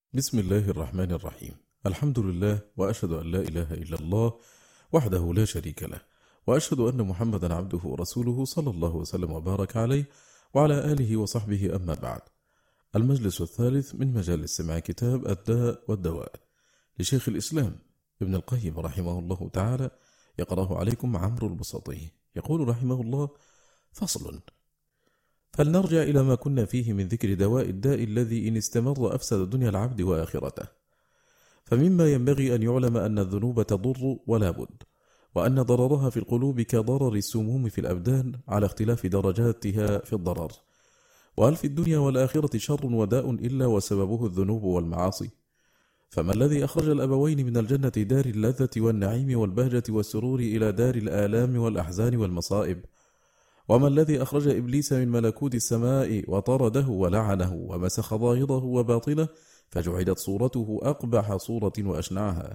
بسم الله الرحمن الرحيم. الحمد لله، وأشهد أن لا إله إلا الله وحده لا شريك له، وأشهد أن محمدا عبده ورسوله صلى الله وسلم وبارك عليه وعلى آله وصحبه. أما بعد، المجلس الثالث من مجالس سماع كتاب الداء والدواء لشيخ الإسلام ابن القيم رحمه الله تعالى، يقرأه عليكم عمرو البساطي. يقول رحمه الله: فصل. فلنرجع إلى ما كنا فيه من ذكر دواء الداء الذي إن استمر أفسد دنيا العبد وآخرته. فمما ينبغي أن يعلم أن الذنوب تضر ولا بد، وأن ضررها في القلوب كضرر السموم في الأبدان على اختلاف درجاتها في الضرر. وهل في الدنيا والآخرة شر وداء إلا وسببه الذنوب والمعاصي؟ فما الذي أخرج الأبوين من الجنة دار اللذة والنعيم والبهجة والسرور إلى دار الآلام والأحزان والمصائب؟ وما الذي أخرج إبليس من ملكوت السماء وطرده ولعنه ومسخ ظاهره وباطنه، فجعلت صورته أقبح صورة وأشنعها،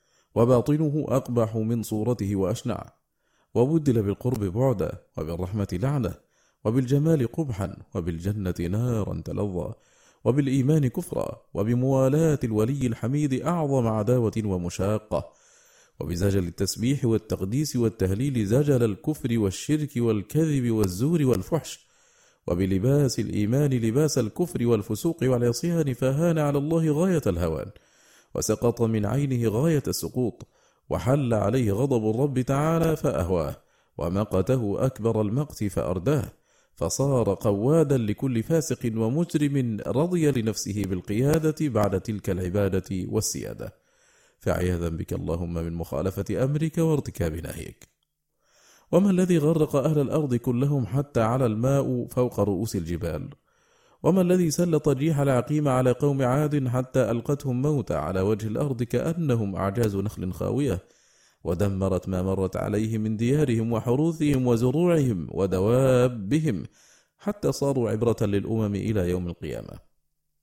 وباطنه أقبح من صورته وأشنع، وبدل بالقرب بعدا، وبالرحمة لعنة، وبالجمال قبحا، وبالجنة نارا تلظى، وبالإيمان كفرا، وبموالاة الولي الحميد أعظم عداوة ومشاقة، وبزجل التسبيح والتقديس والتهليل زجل الكفر والشرك والكذب والزور والفحش، وبلباس الإيمان لباس الكفر والفسوق والعصيان، فهان على الله غاية الهوان، وسقط من عينه غاية السقوط، وحل عليه غضب الرب تعالى فأهواه، ومقته أكبر المقت فأرداه، فصار قوادا لكل فاسق ومجرم رضي لنفسه بالقيادة بعد تلك العبادة والسيادة. فعياذا بك اللهم من مخالفة أمرك وارتكاب نهيك. وما الذي غرق أهل الأرض كلهم حتى على الماء فوق رؤوس الجبال؟ وما الذي سلط الريح العقيم على قوم عاد حتى ألقتهم موتى على وجه الأرض كأنهم أعجاز نخل خاوية، ودمرت ما مرت عليه من ديارهم وحروثهم وزروعهم ودوابهم، حتى صاروا عبرة للأمم إلى يوم القيامة؟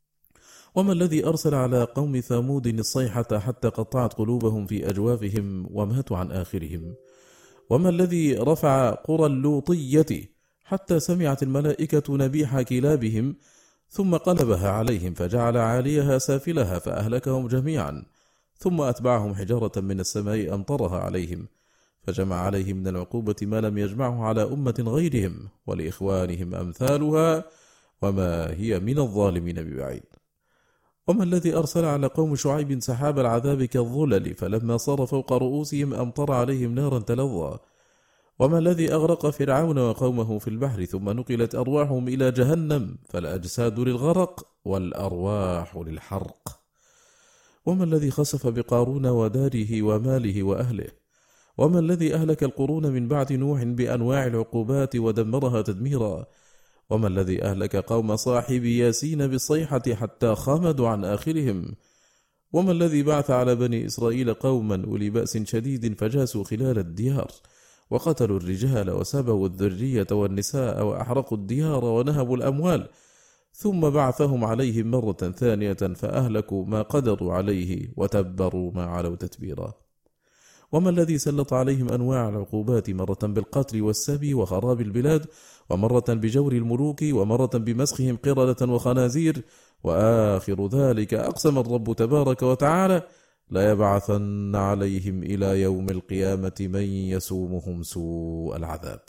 وما الذي أرسل على قوم ثمود الصيحة حتى قطعت قلوبهم في أجوافهم وماتوا عن آخرهم؟ وما الذي رفع قرى اللوطية حتى سمعت الملائكة نبيح كلابهم ثم قلبها عليهم فجعل عاليها سافلها فأهلكهم جميعا، ثم أتبعهم حجارة من السماء أمطرها عليهم، فجمع عليهم من العقوبة ما لم يجمعه على أمة غيرهم ولإخوانهم أمثالها، وما هي من الظالمين ببعيد؟ وما الذي أرسل على قوم شعيب سحاب العذاب كالظلل فلما صار فوق رؤوسهم أمطر عليهم نارا تلظى؟ وما الذي أغرق فرعون وقومه في البحر ثم نقلت أرواحهم إلى جهنم فالأجساد للغرق والأرواح للحرق؟ وما الذي خسف بقارون وداره وماله وأهله؟ وما الذي أهلك القرون من بعد نوح بأنواع العقوبات ودمرها تدميرا؟ وما الذي أهلك قوم صاحب ياسين بالصيحة حتى خمدوا عن آخرهم؟ وما الذي بعث على بني إسرائيل قوما أولي بأس شديد فجاسوا خلال الديار وقتلوا الرجال وسبوا الذرية والنساء وأحرقوا الديار ونهبوا الأموال، ثم بعثهم عليهم مرة ثانية فأهلكوا ما قدروا عليه وتبروا ما علوا تتبيرا؟ وما الذي سلط عليهم أنواع العقوبات، مرة بالقتل والسبي وخراب البلاد، ومرة بجور الملوك، ومرة بمسخهم قردة وخنازير، وآخر ذلك أقسم الرب تبارك وتعالى: لا يبعثن عليهم إلى يوم القيامة من يسومهم سوء العذاب.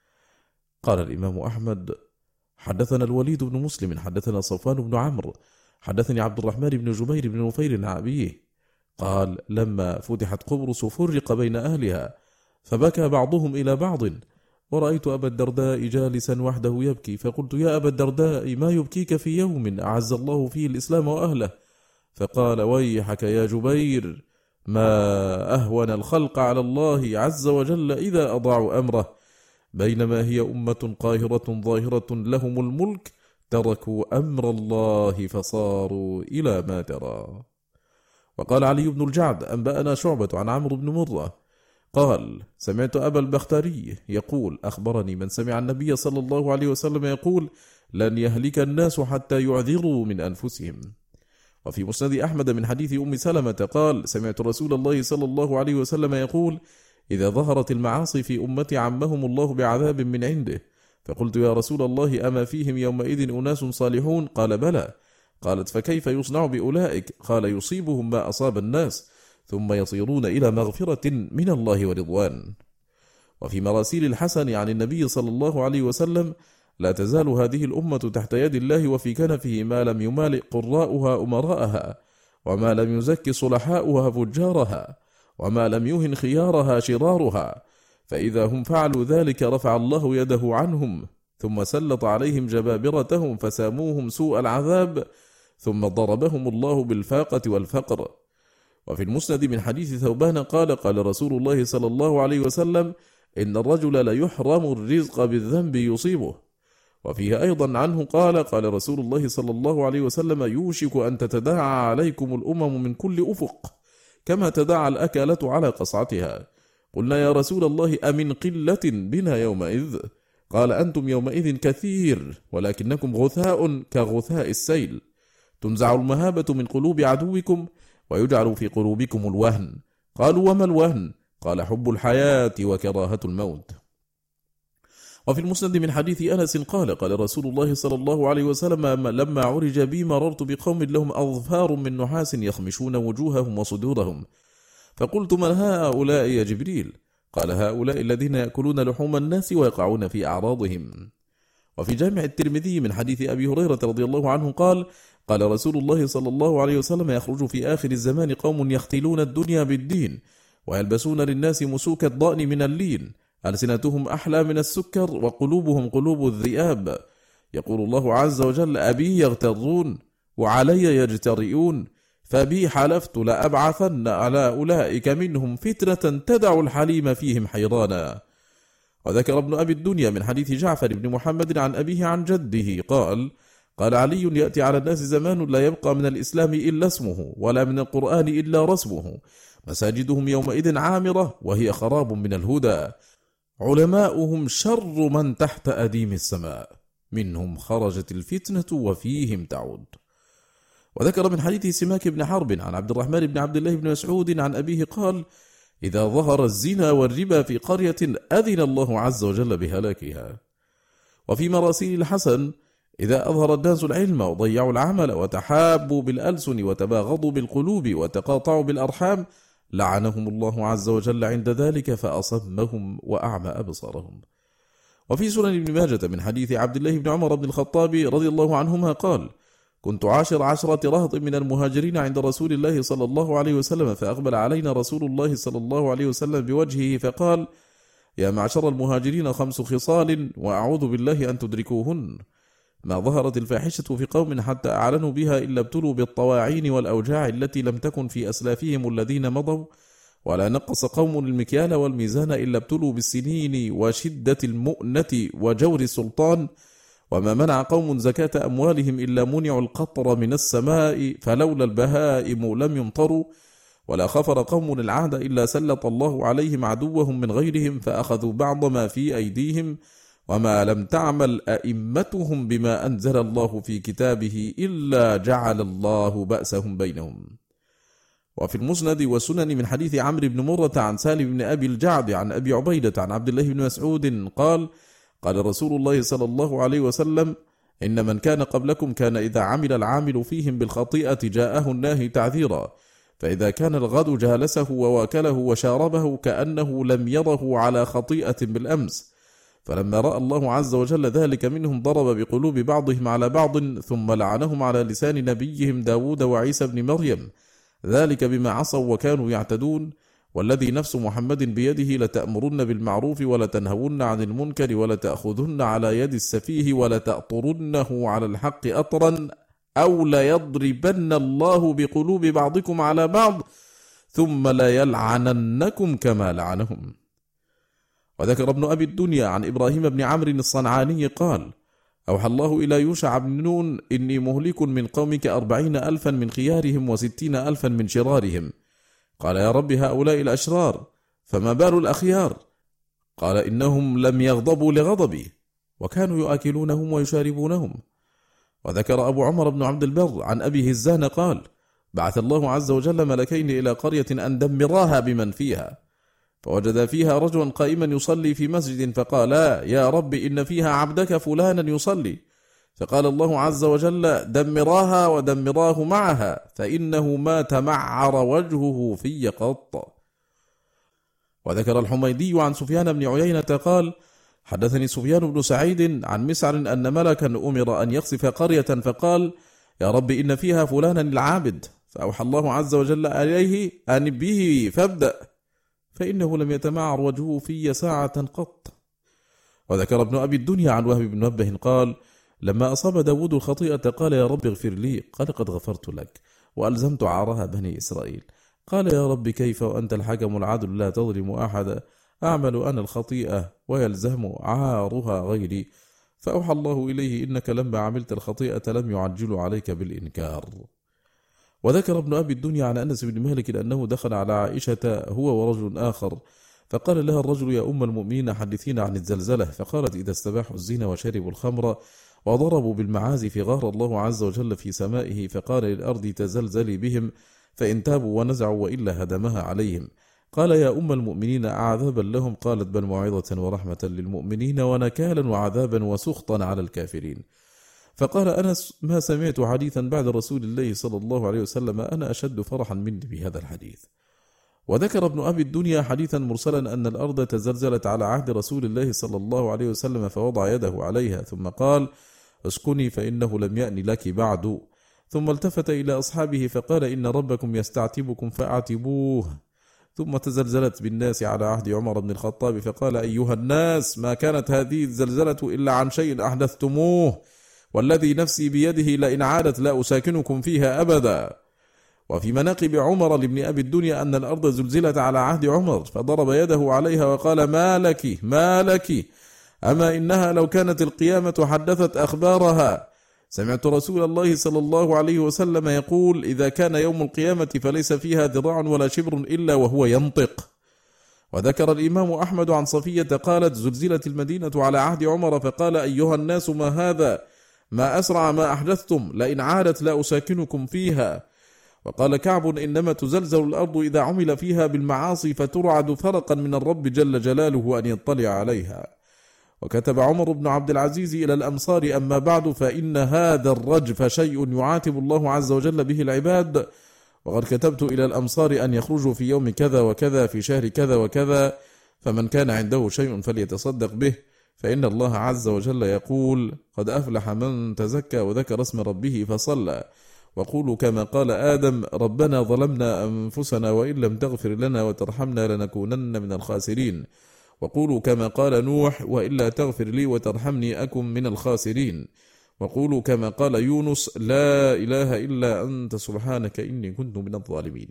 قال الإمام أحمد: حدثنا الوليد بن مسلم حدثنا صفوان بن عمرو حدثني عبد الرحمن بن جبير بن نفير عن أبيه قال: لما فتحت قبرص فرق بين أهلها فبكى بعضهم إلى بعض، ورأيت أبا الدرداء جالسا وحده يبكي، فقلت: يا أبا الدرداء، ما يبكيك في يوم أعز الله فيه الإسلام وأهله؟ فقال: ويحك يا جبير، ما أهون الخلق على الله عز وجل إذا أضاعوا أمره، بينما هي أمة قاهرة ظاهرة لهم الملك تركوا أمر الله فصاروا إلى ما ترى. وقال علي بن الجعد: أنبأنا شعبة عن عمرو بن مرة قال: سمعت أبا البختري يقول: أخبرني من سمع النبي صلى الله عليه وسلم يقول: لن يهلك الناس حتى يعذروا من أنفسهم. وفي مسند أحمد من حديث أم سلمة قال: سمعت رسول الله صلى الله عليه وسلم يقول: إذا ظهرت المعاصي في أمتي عمهم الله بعذاب من عنده. فقلت: يا رسول الله، أما فيهم يومئذ أناس صالحون؟ قال: بلى. قالت: فكيف يصنع بأولئك؟ قال: يصيبهم ما أصاب الناس، ثم يصيرون إلى مغفرة من الله ورضوان. وفي مراسيل الحسن عن النبي صلى الله عليه وسلم: لا تزال هذه الأمة تحت يد الله وفي كنفه ما لم يمالئ قراؤها أمراءها، وما لم يزك صلحاؤها فجارها، وما لم يهن خيارها شرارها، فإذا هم فعلوا ذلك رفع الله يده عنهم، ثم سلط عليهم جبابرتهم فساموهم سوء العذاب، ثم ضربهم الله بالفاقة والفقر. وفي المسند من حديث ثوبان قال: قال رسول الله صلى الله عليه وسلم: إن الرجل ليحرم الرزق بالذنب يصيبه. وفيه أيضا عنه قال: قال رسول الله صلى الله عليه وسلم: يوشك أن تتداعى عليكم الأمم من كل أفق، كما تداعى الأكلة على قصعتها. قلنا: يا رسول الله، أمن قلة بنا يومئذ؟ قال: أنتم يومئذ كثير، ولكنكم غثاء كغثاء السيل، تنزع المهابة من قلوب عدوكم، ويجعل في قلوبكم الوهن. قالوا: وما الوهن؟ قال: حب الحياة وكراهة الموت. وفي المسند من حديث أنس قال: قال رسول الله صلى الله عليه وسلم: لما عرج بي مررت بقوم لهم أظفار من نحاس يخمشون وجوههم وصدورهم، فقلت: من هؤلاء يا جبريل؟ قال: هؤلاء الذين يأكلون لحوم الناس ويقعون في أعراضهم. وفي جامع الترمذي من حديث أبي هريرة رضي الله عنه قال: قال رسول الله صلى الله عليه وسلم: يخرج في آخر الزمان قوم يختلون الدنيا بالدين، ويلبسون للناس مسوك الضأن من اللين، ألسنتهم أحلى من السكر، وقلوبهم قلوب الذئاب. يقول الله عز وجل: أبي يغترون وعلي يجترئون، فبي حلفت لأبعثن على أولئك منهم فتنة تدع الحليم فيهم حيرانا. وذكر ابن أبي الدنيا من حديث جعفر بن محمد عن أبيه عن جده قال: قال علي: يأتي على الناس زمان لا يبقى من الإسلام إلا اسمه، ولا من القرآن إلا رسمه، مساجدهم يومئذ عامرة وهي خراب من الهدى، علماؤهم شر من تحت أديم السماء، منهم خرجت الفتنة وفيهم تعود. وذكر من حديث سماك بن حرب عن عبد الرحمن بن عبد الله بن مسعود عن أبيه قال: إذا ظهر الزنا والربا في قرية أذن الله عز وجل بهلاكها. وفي مراسيل الحسن: إذا أظهر الناس العلم وضيعوا العمل وتحابوا بالألسن وتباغضوا بالقلوب وتقاطعوا بالأرحام، لعنهم الله عز وجل عند ذلك فأصمهم وأعمى أبصارهم. وفي سنن ابن ماجة من حديث عبد الله بن عمر بن الخطاب رضي الله عنهما قال: كنت عشرة رهط من المهاجرين عند رسول الله صلى الله عليه وسلم، فأقبل علينا رسول الله صلى الله عليه وسلم بوجهه فقال: يا معشر المهاجرين 5 خصال وأعوذ بالله أن تدركوهن: ما ظهرت الفاحشة في قوم حتى أعلنوا بها إلا ابتلوا بالطواعين والأوجاع التي لم تكن في أسلافهم الذين مضوا، ولا نقص قوم المكيال والميزان إلا ابتلوا بالسنين وشدة المؤنة وجور السلطان، وما منع قوم زكاة أموالهم إلا منعوا القطر من السماء فلولا البهائم لم يمطروا، ولا خفر قوم العهد إلا سلط الله عليهم عدوهم من غيرهم فأخذوا بعض ما في أيديهم، وما لم تعمل أئمتهم بما أنزل الله في كتابه إلا جعل الله بأسهم بينهم. وفي المسند والسنن من حديث عمرو بن مرة عن سالم بن أبي الجعد عن أبي عبيدة عن عبد الله بن مسعود قال: قال رسول الله صلى الله عليه وسلم: إن من كان قبلكم كان إذا عمل العامل فيهم بالخطيئة جاءه الناهي تعذيرا، فإذا كان الغد جالسه وواكله وشاربه كأنه لم يره على خطيئة بالأمس، فلما رأى الله عز وجل ذلك منهم ضرب بقلوب بعضهم على بعض، ثم لعنهم على لسان نبيهم داود وعيسى بن مريم، ذلك بما عصوا وكانوا يعتدون، والذي نفس محمد بيده لتأمرن بالمعروف ولتنهون عن المنكر ولتأخذن على يد السفيه ولتأطرنه على الحق أطرا، أو ليضربن الله بقلوب بعضكم على بعض ثم ليلعننكم كما لعنهم. وذكر ابن أبي الدنيا عن إبراهيم بن عمرو الصنعاني قال: أوحى الله إلى يوشع بن نون: إني مهلك من قومك 40,000 من خيارهم و60,000 من شرارهم. قال: يا رب، هؤلاء الأشرار، فما بال الأخيار؟ قال: إنهم لم يغضبوا لغضبي، وكانوا يؤكلونهم ويشاربونهم. وذكر أبو عمر بن عبد البر عن أبي هزان قال: بعث الله عز وجل ملكين إلى قرية أن دمراها بمن فيها، فوجد فيها رجلا قائما يصلي في مسجد، فقالا: يا رب، إن فيها عبدك فلانا يصلي، فقال الله عز وجل: دمراها ودمراه معها، فإنه ما تمعر وجهه في قط. وذكر الحميدي عن سفيان بن عيينة قال: حدثني سفيان بن سعيد عن مسعر أن ملكا أمر أن يقصف قرية، فقال: يا رب إن فيها فلانا العابد، فأوحى الله عز وجل عليه أن به فابدأ، فإنه لم يتمعر وجهه في ساعة قط. وذكر ابن أبي الدنيا عن وهب بن منبه قال: لما أصاب داود الخطيئة قال: يا رب اغفر لي. قال: قد غفرت لك وألزمت عارها بني إسرائيل. قال: يا رب كيف وأنت الحكم العدل لا تظلم أحدا، أعمل أنا الخطيئة ويلزم عارها غيري. فأوحى الله إليه: إنك لما عملت الخطيئة لم يعجل عليك بالإنكار. وذكر ابن أبي الدنيا عن أنس بن مالك أنه دخل على عائشة هو ورجل آخر، فقال لها الرجل: يا أم المؤمنين حدثين عن الزلزلة. فقالت: إذا استباحوا الزنا وشربوا الخمر وضربوا بالمعازف غار الله عز وجل في سمائه، فقال للأرض: تزلزلي بهم، فإن تابوا ونزعوا وإلا هدمها عليهم. قال: يا أم المؤمنين أعذابا لهم؟ قالت: بل موعظة ورحمة للمؤمنين ونكالا وعذابا وسخطا على الكافرين. فقال أنس: ما سمعت حديثا بعد رسول الله صلى الله عليه وسلم أنا أشد فرحا مني بهذا الحديث. وذكر ابن أبي الدنيا حديثا مرسلا أن الأرض تزلزلت على عهد رسول الله صلى الله عليه وسلم، فوضع يده عليها ثم قال: اسكني فإنه لم يأن لك بعد. ثم التفت إلى أصحابه فقال: إن ربكم يستعتبكم فأعتبوه. ثم تزلزلت بالناس على عهد عمر بن الخطاب، فقال: أيها الناس، ما كانت هذه الزلزلة إلا عن شيء أحدثتموه، والذي نفسي بيده لئن عادت لا أساكنكم فيها أبدا. وفي مناقب عمر لابن أبي الدنيا أن الأرض زلزلت على عهد عمر، فضرب يده عليها وقال: ما لك ما لك، أما إنها لو كانت القيامة حدثت أخبارها. سمعت رسول الله صلى الله عليه وسلم يقول: إذا كان يوم القيامة فليس فيها ذراع ولا شبر إلا وهو ينطق. وذكر الإمام أحمد عن صفية قالت: زلزلت المدينة على عهد عمر، فقال: أيها الناس، ما هذا؟ ما أسرع ما أحدثتم، لئن عادت لا أساكنكم فيها. وقال كعب: إنما تزلزل الأرض إذا عمل فيها بالمعاصي، فترعد فرقا من الرب جل جلاله أن يطلع عليها. وكتب عمر بن عبد العزيز إلى الأمصار: أما بعد، فإن هذا الرجف شيء يعاتب الله عز وجل به العباد، وقد كتبت إلى الأمصار أن يخرجوا في يوم كذا وكذا في شهر كذا وكذا، فمن كان عنده شيء فليتصدق به، فإن الله عز وجل يقول: قد أفلح من تزكى وذكر اسم ربه فصلى. وقولوا كما قال آدم: ربنا ظلمنا أنفسنا وإن لم تغفر لنا وترحمنا لنكونن من الخاسرين. وقولوا كما قال نوح: وإلا تغفر لي وترحمني أكن من الخاسرين. وقولوا كما قال يونس: لا إله إلا أنت سبحانك إني كنت من الظالمين.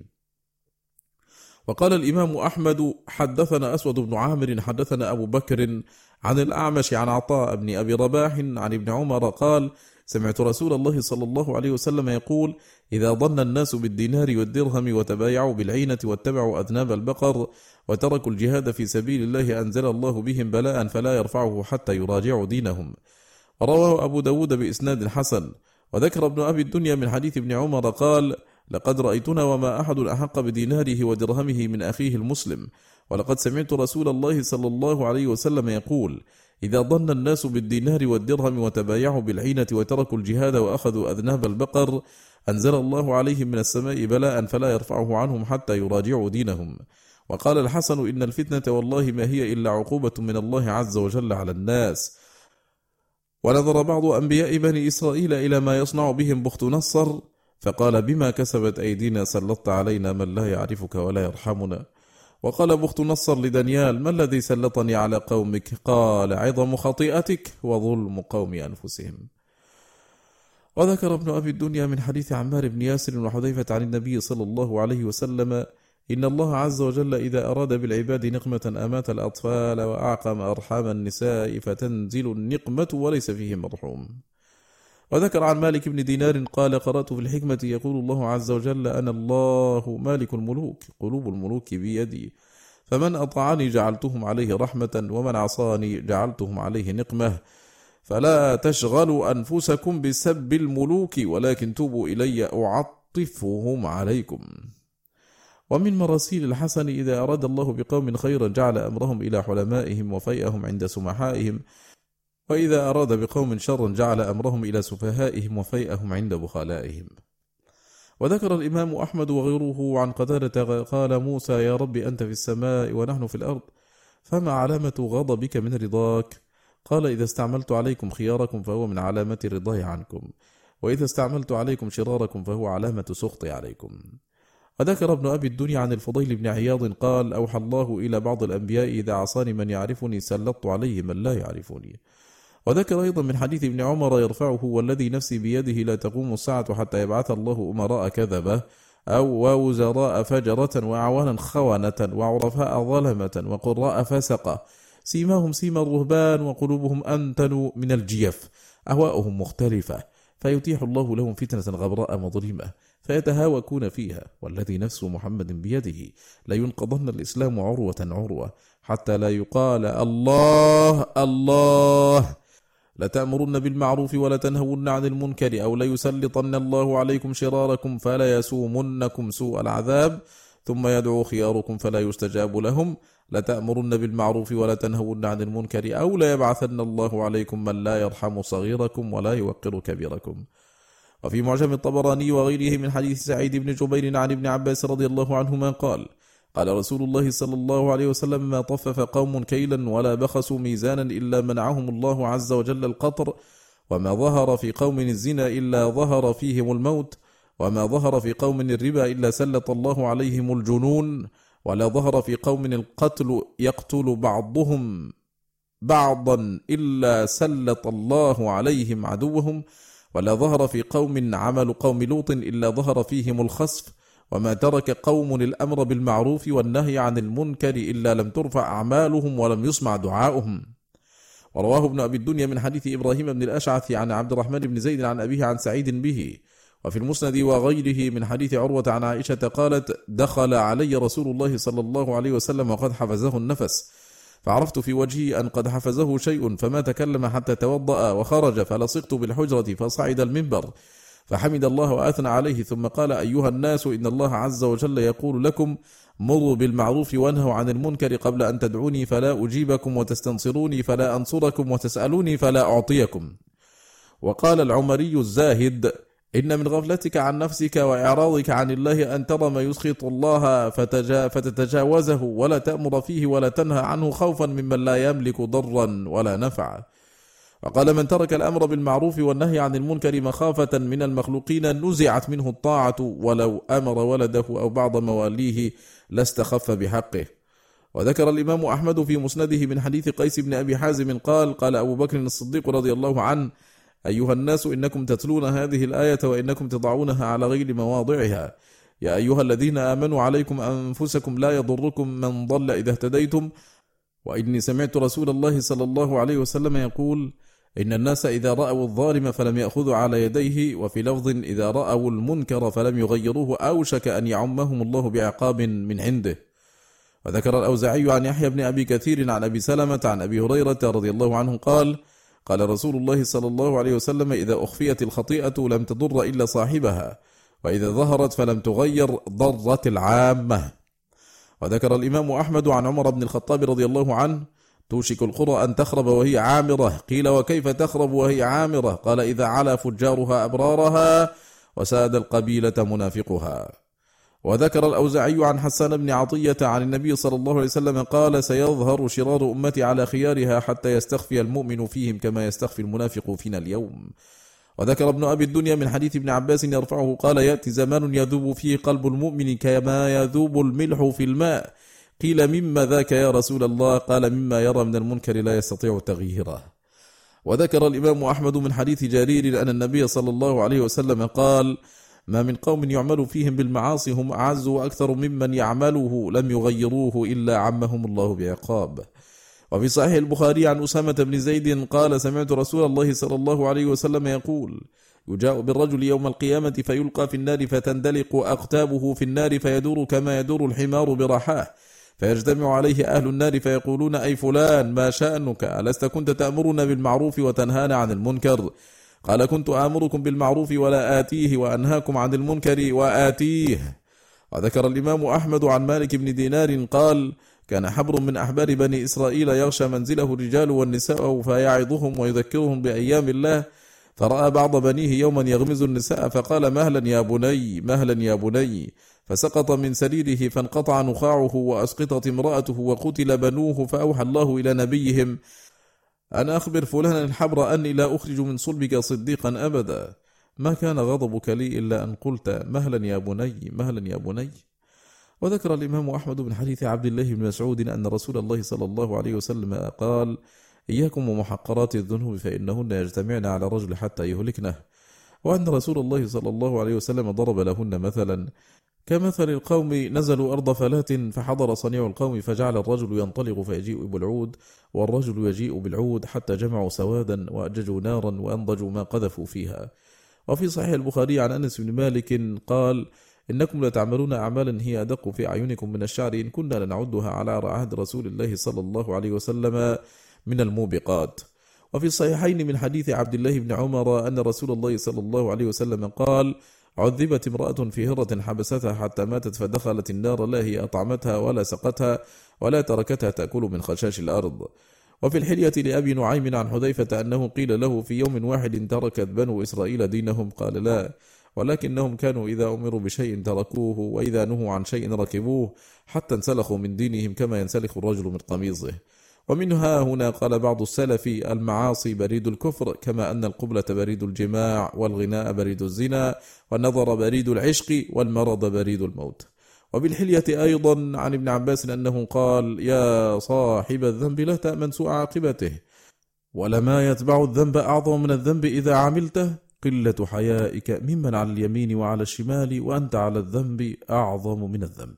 وقال الإمام أحمد: حدثنا أسود بن عامر حدثنا أبو بكر عن الأعمش عن عطاء بن أبي رباح عن ابن عمر قال: سمعت رسول الله صلى الله عليه وسلم يقول: إذا ظن الناس بالدينار والدرهم وتبايعوا بالعينة واتبعوا أذناب البقر وتركوا الجهاد في سبيل الله أنزل الله بهم بلاء فلا يرفعه حتى يراجعوا دينهم. رواه أبو داود بإسناد حسن. وذكر ابن أبي الدنيا من حديث ابن عمر قال: لقد رأيتنا وما أحد أحق بديناره ودرهمه من أخيه المسلم، ولقد سمعت رسول الله صلى الله عليه وسلم يقول: إذا ظن الناس بالدينار والدرهم وتبايعوا بالعينة وتركوا الجهاد وأخذوا أذناب البقر أنزل الله عليهم من السماء بلاء فلا يرفعه عنهم حتى يراجعوا دينهم. وقال الحسن: إن الفتنة والله ما هي إلا عقوبة من الله عز وجل على الناس. ونظر بعض أنبياء بني إسرائيل إلى ما يصنع بهم بخت نصر، فقال: بما كسبت أيدينا سلطت علينا من لا يعرفك ولا يرحمنا. وقال بخت نصر لدانيال: ما الذي سلطني على قومك؟ قال: عظم خطيئتك وظلم قوم أنفسهم. وذكر ابن أبي الدنيا من حديث عمار بن ياسر وحذيفة عن النبي صلى الله عليه وسلم: إن الله عز وجل إذا أراد بالعباد نقمة أمات الأطفال وأعقم أرحام النساء فتنزل النقمة وليس فيه مرحوم. وذكر عن مالك بن دينار قال: قرأت في الحكمة يقول الله عز وجل: أنا الله مالك الملوك، قلوب الملوك بيدي، فمن أطاعني جعلتهم عليه رحمة، ومن عصاني جعلتهم عليه نقمة، فلا تشغلوا أنفسكم بسب الملوك ولكن توبوا إلي أعطفهم عليكم. ومن مراسيل الحسن: إذا أراد الله بقوم خيرا جعل أمرهم إلى حلمائهم وفيئهم عند سمحائهم، وإذا أراد بقوم شرا جعل أمرهم إلى سفهائهم وفيئهم عند بخلائهم. وذكر الإمام أحمد وغيره عن قتادة قال موسى: يا رب أنت في السماء ونحن في الأرض، فما علامة غضبك من رضاك؟ قال: إذا استعملت عليكم خياركم فهو من علامة رضاي عنكم، وإذا استعملت عليكم شراركم فهو علامة سخطي عليكم. وذكر ابن أبي الدنيا عن الفضيل بن عياض قال: أوحى الله إلى بعض الأنبياء: إذا عصاني من يعرفني سلطت عليه من لا يعرفني. وذكر أيضا من حديث ابن عمر يرفعه: والذي نفسي بيده لا تقوم الساعة حتى يبعث الله أمراء كذبة أو ووزراء فجرة وأعوانا خونة وعرفاء ظلمة وقراء فسقة، سيماهم سيما الرهبان وقلوبهم أنتن من الجيف، أهواؤهم مختلفة، فيتيح الله لهم فتنة غبراء مظلمة فيتهاوكون فيها. والذي نفس محمد بيده لينقضن الإسلام عروة عروة حتى لا يقال الله الله، لتأمرن بالمعروف ولتنهون عن المنكر، أو ليسلطن الله عليكم شراركم فلا يسومنكم سوء العذاب، ثم يدعو خياركم فلا يستجاب لهم، لتأمرن بالمعروف ولتنهون عن المنكر، أو ليبعثن الله عليكم من لا يرحم صغيركم ولا يوقر كبيركم. وفي معجم الطبراني وغيره من حديث سعيد بن جبير عن ابن عباس رضي الله عنهما قال: قال رسول الله صلى الله عليه وسلم: ما طفف قوم كيلا ولا بخسوا ميزانا إلا منعهم الله عز وجل القطر، وما ظهر في قوم الزنا إلا ظهر فيهم الموت، وما ظهر في قوم الربا إلا سلط الله عليهم الجنون، ولا ظهر في قوم القتل يقتل بعضهم بعضا إلا سلط الله عليهم عدوهم، ولا ظهر في قوم عمل قوم لوط إلا ظهر فيهم الخسف، وما ترك قوم الأمر بالمعروف والنهي عن المنكر إلا لم ترفع أعمالهم ولم يسمع دعاؤهم. ورواه ابن أبي الدنيا من حديث إبراهيم بن الأشعث عن عبد الرحمن بن زيد عن أبيه عن سعيد به. وفي المسند وغيره من حديث عروة عن عائشة قالت: دخل علي رسول الله صلى الله عليه وسلم وقد حفزه النفس، فعرفت في وجهه أن قد حفزه شيء، فما تكلم حتى توضأ وخرج، فلصقت بالحجرة فصعد المنبر فحمد الله وأثنى عليه، ثم قال: أيها الناس، إن الله عز وجل يقول لكم: مروا بالمعروف وانهوا عن المنكر قبل أن تدعوني فلا أجيبكم، وتستنصروني فلا أنصركم، وتسألوني فلا أعطيكم. وقال العمري الزاهد: إن من غفلتك عن نفسك وإعراضك عن الله أن ترى ما يسخط الله فتتجاوزه، ولا تأمر فيه ولا تنهى عنه خوفا ممن لا يملك ضرا ولا نفعا. وقال: من ترك الأمر بالمعروف والنهي عن المنكر مخافة من المخلوقين نزعت منه الطاعة، ولو أمر ولده أو بعض مواليه لاستخف بحقه. وذكر الإمام أحمد في مسنده من حديث قيس بن أبي حازم قال: قال أبو بكر الصديق رضي الله عنه: أيها الناس، إنكم تتلون هذه الآية وإنكم تضعونها على غير مواضعها. يا أيها الذين آمنوا عليكم أنفسكم لا يضركم من ضل إذا اهتديتم. وإني سمعت رسول الله صلى الله عليه وسلم يقول: إن الناس إذا رأوا الظالم فلم يأخذوا على يديه، وفي لفظ: إذا رأوا المنكر فلم يغيروه أوشك أن يعمهم الله بعقاب من عنده. وذكر الأوزاعي عن يحيى بن أبي كثير عن أبي سلمة عن أبي هريرة رضي الله عنه قال: قال رسول الله صلى الله عليه وسلم: إذا أخفيت الخطيئة لم تضر إلا صاحبها، وإذا ظهرت فلم تغير ضرت العامة. وذكر الإمام أحمد عن عمر بن الخطاب رضي الله عنه: توشك القرى أن تخرب وهي عامرة. قيل: وكيف تخرب وهي عامرة؟ قال: إذا علا فجارها أبرارها وساد القبيلة منافقها. وذكر الأوزاعي عن حسان بن عطية عن النبي صلى الله عليه وسلم قال: سيظهر شرار أمتي على خيارها حتى يستخفي المؤمن فيهم كما يستخفي المنافق فينا اليوم. وذكر ابن أبي الدنيا من حديث ابن عباس يرفعه قال: يأتي زمان يذوب فيه قلب المؤمن كما يذوب الملح في الماء. قيل: مما ذاك يا رسول الله؟ قال: مما يرى من المنكر لا يستطيع تغييره. وذكر الإمام أحمد من حديث جرير أن النبي صلى الله عليه وسلم قال: ما من قوم يعمل فيهم بالمعاصي هم أعز وأكثر ممن يعمله لم يغيروه إلا عمهم الله بعقاب. وفي صحيح البخاري عن أسامة بن زيد قال: سمعت رسول الله صلى الله عليه وسلم يقول: يجاء بالرجل يوم القيامة فيلقى في النار فتندلق أقتابه في النار فيدور كما يدور الحمار برحاه، فيجتمع عليه أهل النار فيقولون: أي فلان، ما شأنك؟ ألست كنت تأمرنا بالمعروف وتنهانا عن المنكر؟ قال: كنت آمركم بالمعروف ولا آتيه، وأنهاكم عن المنكر وآتيه. وذكر الإمام أحمد عن مالك بن دينار قال: كان حبر من أحبار بني إسرائيل يغشى منزله الرجال والنساء فيعظهم ويذكرهم بأيام الله، فرأى بعض بنيه يوما يغمز النساء فقال: مهلا يا بني، مهلا يا بني، فسقط من سريره فانقطع نخاعه وأسقطت امرأته وقتل بنوه، فأوحى الله إلى نبيهم أن أخبر فلانا الحبر أني لا أخرج من صلبك صديقا أبدا، ما كان غضبك لي إلا أن قلت مهلا يا بني، مهلا يا بني. وذكر الإمام أحمد من حديث عبد الله بن مسعود أن رسول الله صلى الله عليه وسلم قال: إياكم ومحقرات الذنوب فإنهن يجتمعن على رجل حتى يهلكنه. وأن رسول الله صلى الله عليه وسلم ضرب لهن مثلا كمثل القوم نزلوا أرض فلات فحضر صنيع القوم فجعل الرجل ينطلق فيجيء بالعود والرجل يجيء بالعود حتى جمعوا سوادا وأججوا نارا وأنضجوا ما قذفوا فيها. وفي صحيح البخاري عن أنس بن مالك قال: إنكم لتعملون أعمالا هي أدق في أعينكم من الشعر إن كنا لنعدها على عهد رسول الله صلى الله عليه وسلم من الموبقات. وفي الصحيحين من حديث عبد الله بن عمر أن رسول الله صلى الله عليه وسلم قال: عذبت امرأة في هرة حبستها حتى ماتت فدخلت النار، لا هي أطعمتها ولا سقتها ولا تركتها تأكل من خشاش الأرض. وفي الحلية لأبي نعيم عن حذيفة أنه قيل له: في يوم واحد تركت بنو إسرائيل دينهم؟ قال: لا، ولكنهم كانوا إذا أمروا بشيء تركوه وإذا نهوا عن شيء ركبوه حتى انسلخوا من دينهم كما ينسلخ الرجل من قميصه. ومنها هنا قال بعض السلف: المعاصي بريد الكفر، كما أن القبلة بريد الجماع، والغناء بريد الزنا، والنظر بريد العشق، والمرض بريد الموت. وبالحلية أيضا عن ابن عباس أنه قال: يا صاحب الذنب لا تأمن سوء عاقبته، ولما يتبع الذنب أعظم من الذنب إذا عملته، قلة حيائك ممن على اليمين وعلى الشمال وأنت على الذنب أعظم من الذنب،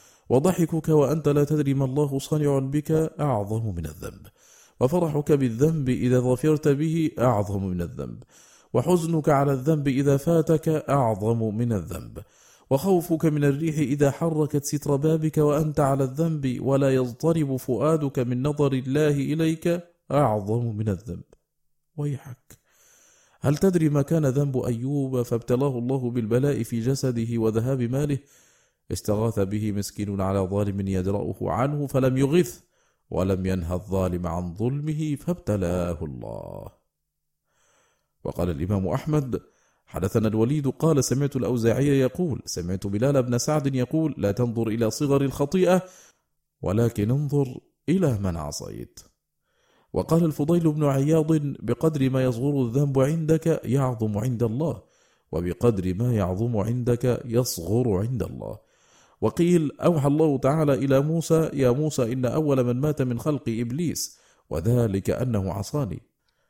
وضحكك وأنت لا تدري ما الله صانع بك أعظم من الذنب، وفرحك بالذنب إذا ظفرت به أعظم من الذنب، وحزنك على الذنب إذا فاتك أعظم من الذنب، وخوفك من الريح إذا حركت ستر بابك وأنت على الذنب ولا يضطرب فؤادك من نظر الله إليك أعظم من الذنب. ويحك، هل تدري ما كان ذنب أيوب فابتلاه الله بالبلاء في جسده وذهاب ماله؟ استغاث به مسكين على ظالم يدرأه عنه فلم يغث، ولم ينهى الظالم عن ظلمه فابتلاه الله. وقال الإمام أحمد: حدثنا الوليد قال: سمعت الأوزاعي يقول: سمعت بلال بن سعد يقول: لا تنظر إلى صغر الخطيئة ولكن انظر إلى من عصيت. وقال الفضيل بن عياض: بقدر ما يصغر الذنب عندك يعظم عند الله، وبقدر ما يعظم عندك يصغر عند الله. وقيل: أوحى الله تعالى إلى موسى: يا موسى إن أول من مات من خلق إبليس، وذلك أنه عصاني،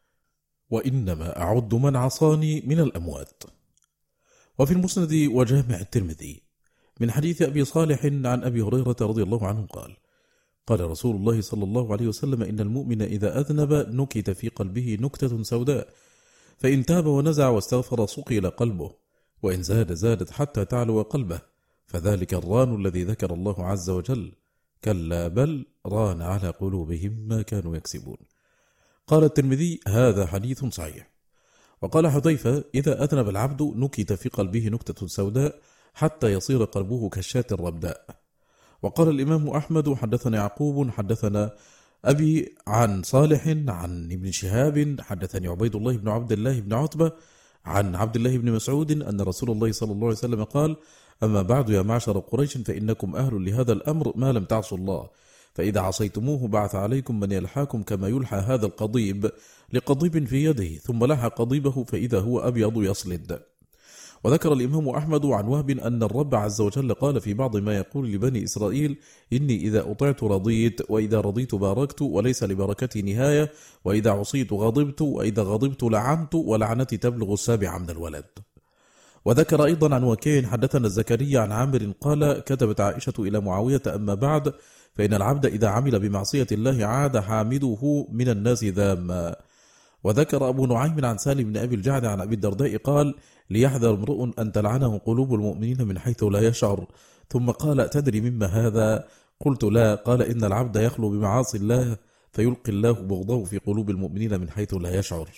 وإنما أعد من عصاني من الأموات. وفي المسند وجامع الترمذي من حديث أبي صالح عن أبي هريرة رضي الله عنه قال: قال رسول الله صلى الله عليه وسلم: إن المؤمن إذا أذنب نكت في قلبه نكتة سوداء، فإن تاب ونزع واستغفر صقل قلبه، وإن زادت حتى تعلو قلبه، فذلك الران الذي ذكر الله عز وجل، كلا بل ران على قلوبهم ما كانوا يكسبون. قال الترمذي: هذا حديث صحيح. وقال حذيفة: إذا أذنب العبد نكت في قلبه نكتة سوداء حتى يصير قلبه كالشاة الربداء. وقال الإمام أحمد: حدثنا يعقوب حدثنا أبي عن صالح عن ابن شهاب حدثني عبيد الله بن عبد الله بن عتبة عن عبد الله بن مسعود أن رسول الله صلى الله عليه وسلم قال: أما بعد يا معشر قريش فإنكم أهل لهذا الأمر ما لم تعصوا الله، فإذا عصيتموه بعث عليكم من يلحاكم كما يلحى هذا القضيب لقضيب في يده، ثم لحى قضيبه فإذا هو أبيض يصلد. وذكر الإمام أحمد عن وهب أن الرب عز وجل قال في بعض ما يقول لبني إسرائيل: إني إذا أطعت رضيت، وإذا رضيت باركت وليس لبركتي نهاية، وإذا عصيت غضبت، وإذا غضبت لعنت، ولعنتي تبلغ 7 من الولد. وذكر أيضا عن وكيع حدثنا الزكريا عن عامر قال: كتبت عائشة إلى معاوية: أما بعد، فإن العبد إذا عمل بمعصية الله عاد حامده من الناس ذاما. وذكر أبو نعيم عن سالم بن أبي الجعد عن أبي الدرداء قال: ليحذر امرؤ أن تلعنه قلوب المؤمنين من حيث لا يشعر. ثم قال: تدري مما هذا؟ قلت: لا. قال: إن العبد يخلو بمعاصي الله فيلقي الله بغضه في قلوب المؤمنين من حيث لا يشعر.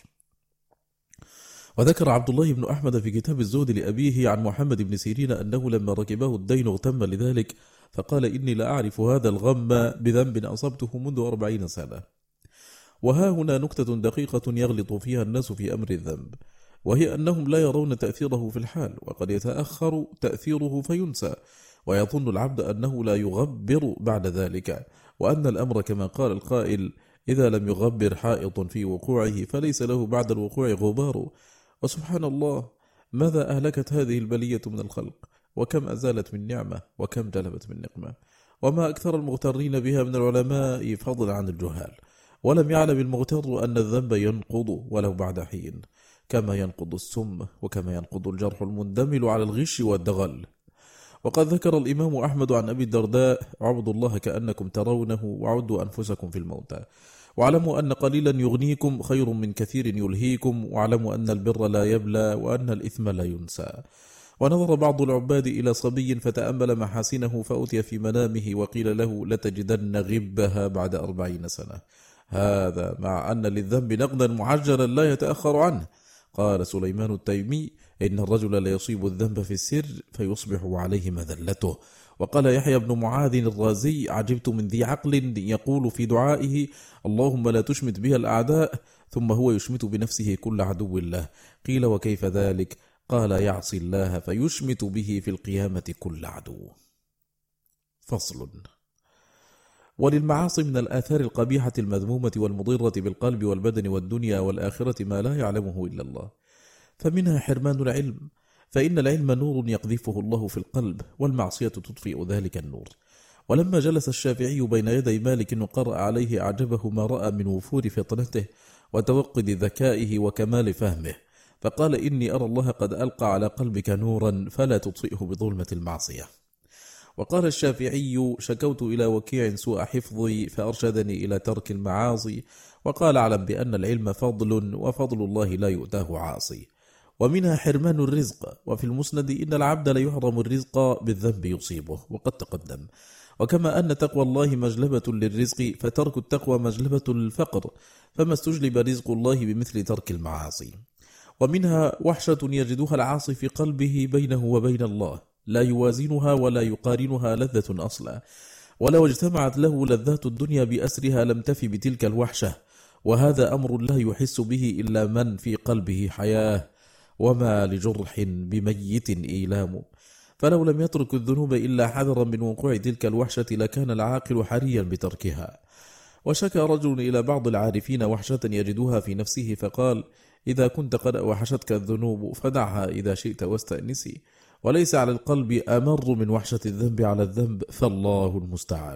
وذكر عبد الله بن أحمد في كتاب الزهد لأبيه عن محمد بن سيرين أنه لما ركبه الدين اغتم لذلك، فقال إني لا أعرف هذا الغم بذنب أصبته منذ 40 سنة. وها هنا نكتة دقيقة يغلط فيها الناس في أمر الذنب، وهي أنهم لا يرون تأثيره في الحال، وقد يتأخر تأثيره فينسى، ويظن العبد أنه لا يغبر بعد ذلك، وأن الأمر كما قال القائل: إذا لم يغبر حائط في وقوعه فليس له بعد الوقوع غبار. وسبحان الله، ماذا أهلكت هذه البلية من الخلق، وكم أزالت من نعمة، وكم جلبت من نقمة، وما أكثر المغترين بها من العلماء فضلا عن الجهال. ولم يعلم المغتر أن الذنب ينقض ولو بعد حين، كما ينقض السم، وكما ينقض الجرح المندمل على الغش والدغل. وقد ذكر الإمام أحمد عن أبي الدرداء: اعبدوا الله كأنكم ترونه، وعدوا أنفسكم في الموتى، واعلموا أن قليلا يغنيكم خير من كثير يلهيكم، واعلموا أن البر لا يبلى، وأن الإثم لا ينسى. ونظر بعض العباد إلى صبي فتأمل محاسنه، فأتي في منامه وقيل له: لتجدن غبها بعد 40 سنة. هذا مع أن للذنب نقدا معجلا لا يتأخر عنه. قال سليمان التيمي: إن الرجل ليصيب الذنب في السر فيصبح عليه مذلته. وقال يحيى بن معاذ الرازي: عجبت من ذي عقل يقول في دعائه: اللهم لا تشمت بها الأعداء، ثم هو يشمت بنفسه كل عدو له. قيل: وكيف ذلك؟ قال: يعصي الله فيشمت به في القيامة كل عدو. فصل. وللمعاصي من الآثار القبيحة المذمومة والمضرة بالقلب والبدن والدنيا والآخرة ما لا يعلمه إلا الله. فمنها حرمان العلم، فإن العلم نور يقذفه الله في القلب، والمعصية تطفئ ذلك النور. ولما جلس الشافعي بين يدي مالك وقرأ عليه أعجبه ما رأى من وفور فطنته وتوقد ذكائه وكمال فهمه، فقال: إني أرى الله قد ألقى على قلبك نورا فلا تطفئه بظلمة المعصية. وقال الشافعي: شكوت إلى وكيع سوء حفظي فأرشدني إلى ترك المعاصي. وقال: اعلم بأن العلم فضل، وفضل الله لا يؤتاه عاصي. ومنها حرمان الرزق، وفي المسند: إن العبد ليحرم الرزق بالذنب يصيبه، وقد تقدم. وكما أن تقوى الله مجلبة للرزق، فترك التقوى مجلبة للفقر، فما استجلب رزق الله بمثل ترك المعاصي. ومنها وحشة يجدها العاصي في قلبه بينه وبين الله، لا يوازنها ولا يقارنها لذة أصلا، ولو اجتمعت له لذات الدنيا بأسرها لم تفي بتلك الوحشة. وهذا أمر لا يحس به إلا من في قلبه حياة، وما لجرح بميت إيلام. فلو لم يترك الذنوب إلا حذرا من وقوع تلك الوحشة لكان العاقل حريا بتركها. وشكى رجل إلى بعض العارفين وحشة يجدها في نفسه، فقال: إذا كنت قد وحشتك الذنوب فدعها إذا شئت واستأنسي، وليس على القلب أمر من وحشة الذنب على الذنب، فالله المستعان.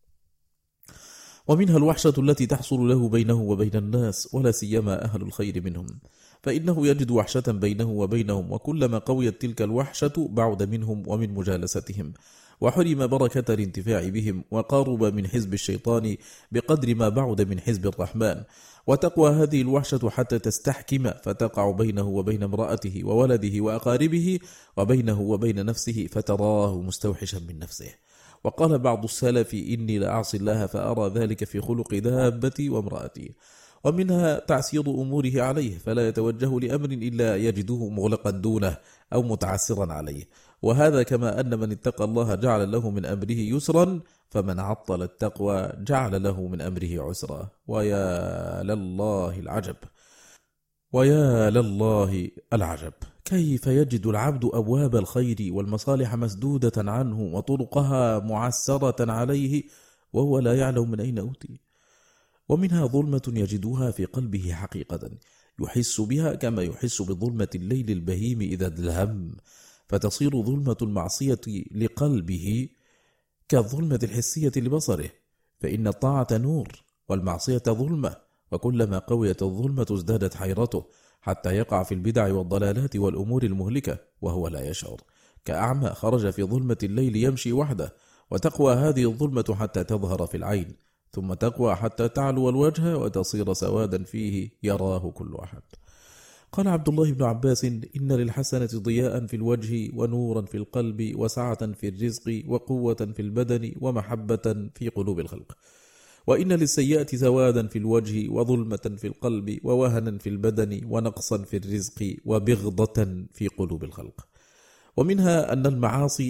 ومنها الوحشة التي تحصل له بينه وبين الناس، ولا سيما أهل الخير منهم، فإنه يجد وحشة بينه وبينهم، وكلما قويت تلك الوحشة بعد منهم ومن مجالستهم، وحرم بركة الانتفاع بهم، وقارب من حزب الشيطان بقدر ما بعد من حزب الرحمن. وتقوى هذه الوحشة حتى تستحكم، فتقع بينه وبين امرأته وولده وأقاربه، وبينه وبين نفسه، فتراه مستوحشا من نفسه. وقال بعض السلف: إني لأعصي الله فأرى ذلك في خلق دابتي وامرأتي. ومنها تعسير أموره عليه، فلا يتوجه لأمر إلا يجده مغلقا دونه أو متعسرا عليه. وهذا كما أن من اتقى الله جعل له من أمره يسرا، فمن عطل التقوى جعل له من أمره عسرا. ويا لله العجب، ويا لله العجب، كيف يجد العبد أبواب الخير والمصالح مسدودة عنه وطرقها معسرة عليه وهو لا يعلم من أين أوتي. ومنها ظلمة يجدها في قلبه حقيقة، يحس بها كما يحس بظلمة الليل البهيم إذا دلهم، فتصير ظلمة المعصية لقلبه كالظلمة الحسية لبصره، فإن الطاعة نور والمعصية ظلمة، وكلما قويت الظلمة ازدادت حيرته، حتى يقع في البدع والضلالات والأمور المهلكة وهو لا يشعر، كأعمى خرج في ظلمة الليل يمشي وحده. وتقوى هذه الظلمة حتى تظهر في العين، ثم تقوى حتى تعلو الوجه وتصير سوادا فيه يراه كل أحد. قال عبد الله بن عباس: إن للحسنة ضياء في الوجه، ونورا في القلب، وسعة في الرزق، وقوة في البدن، ومحبة في قلوب الخلق. وإن للسيئة سوادا في الوجه، وظلمة في القلب، ووهنا في البدن، ونقصا في الرزق، وبغضة في قلوب الخلق. ومنها أن المعاصي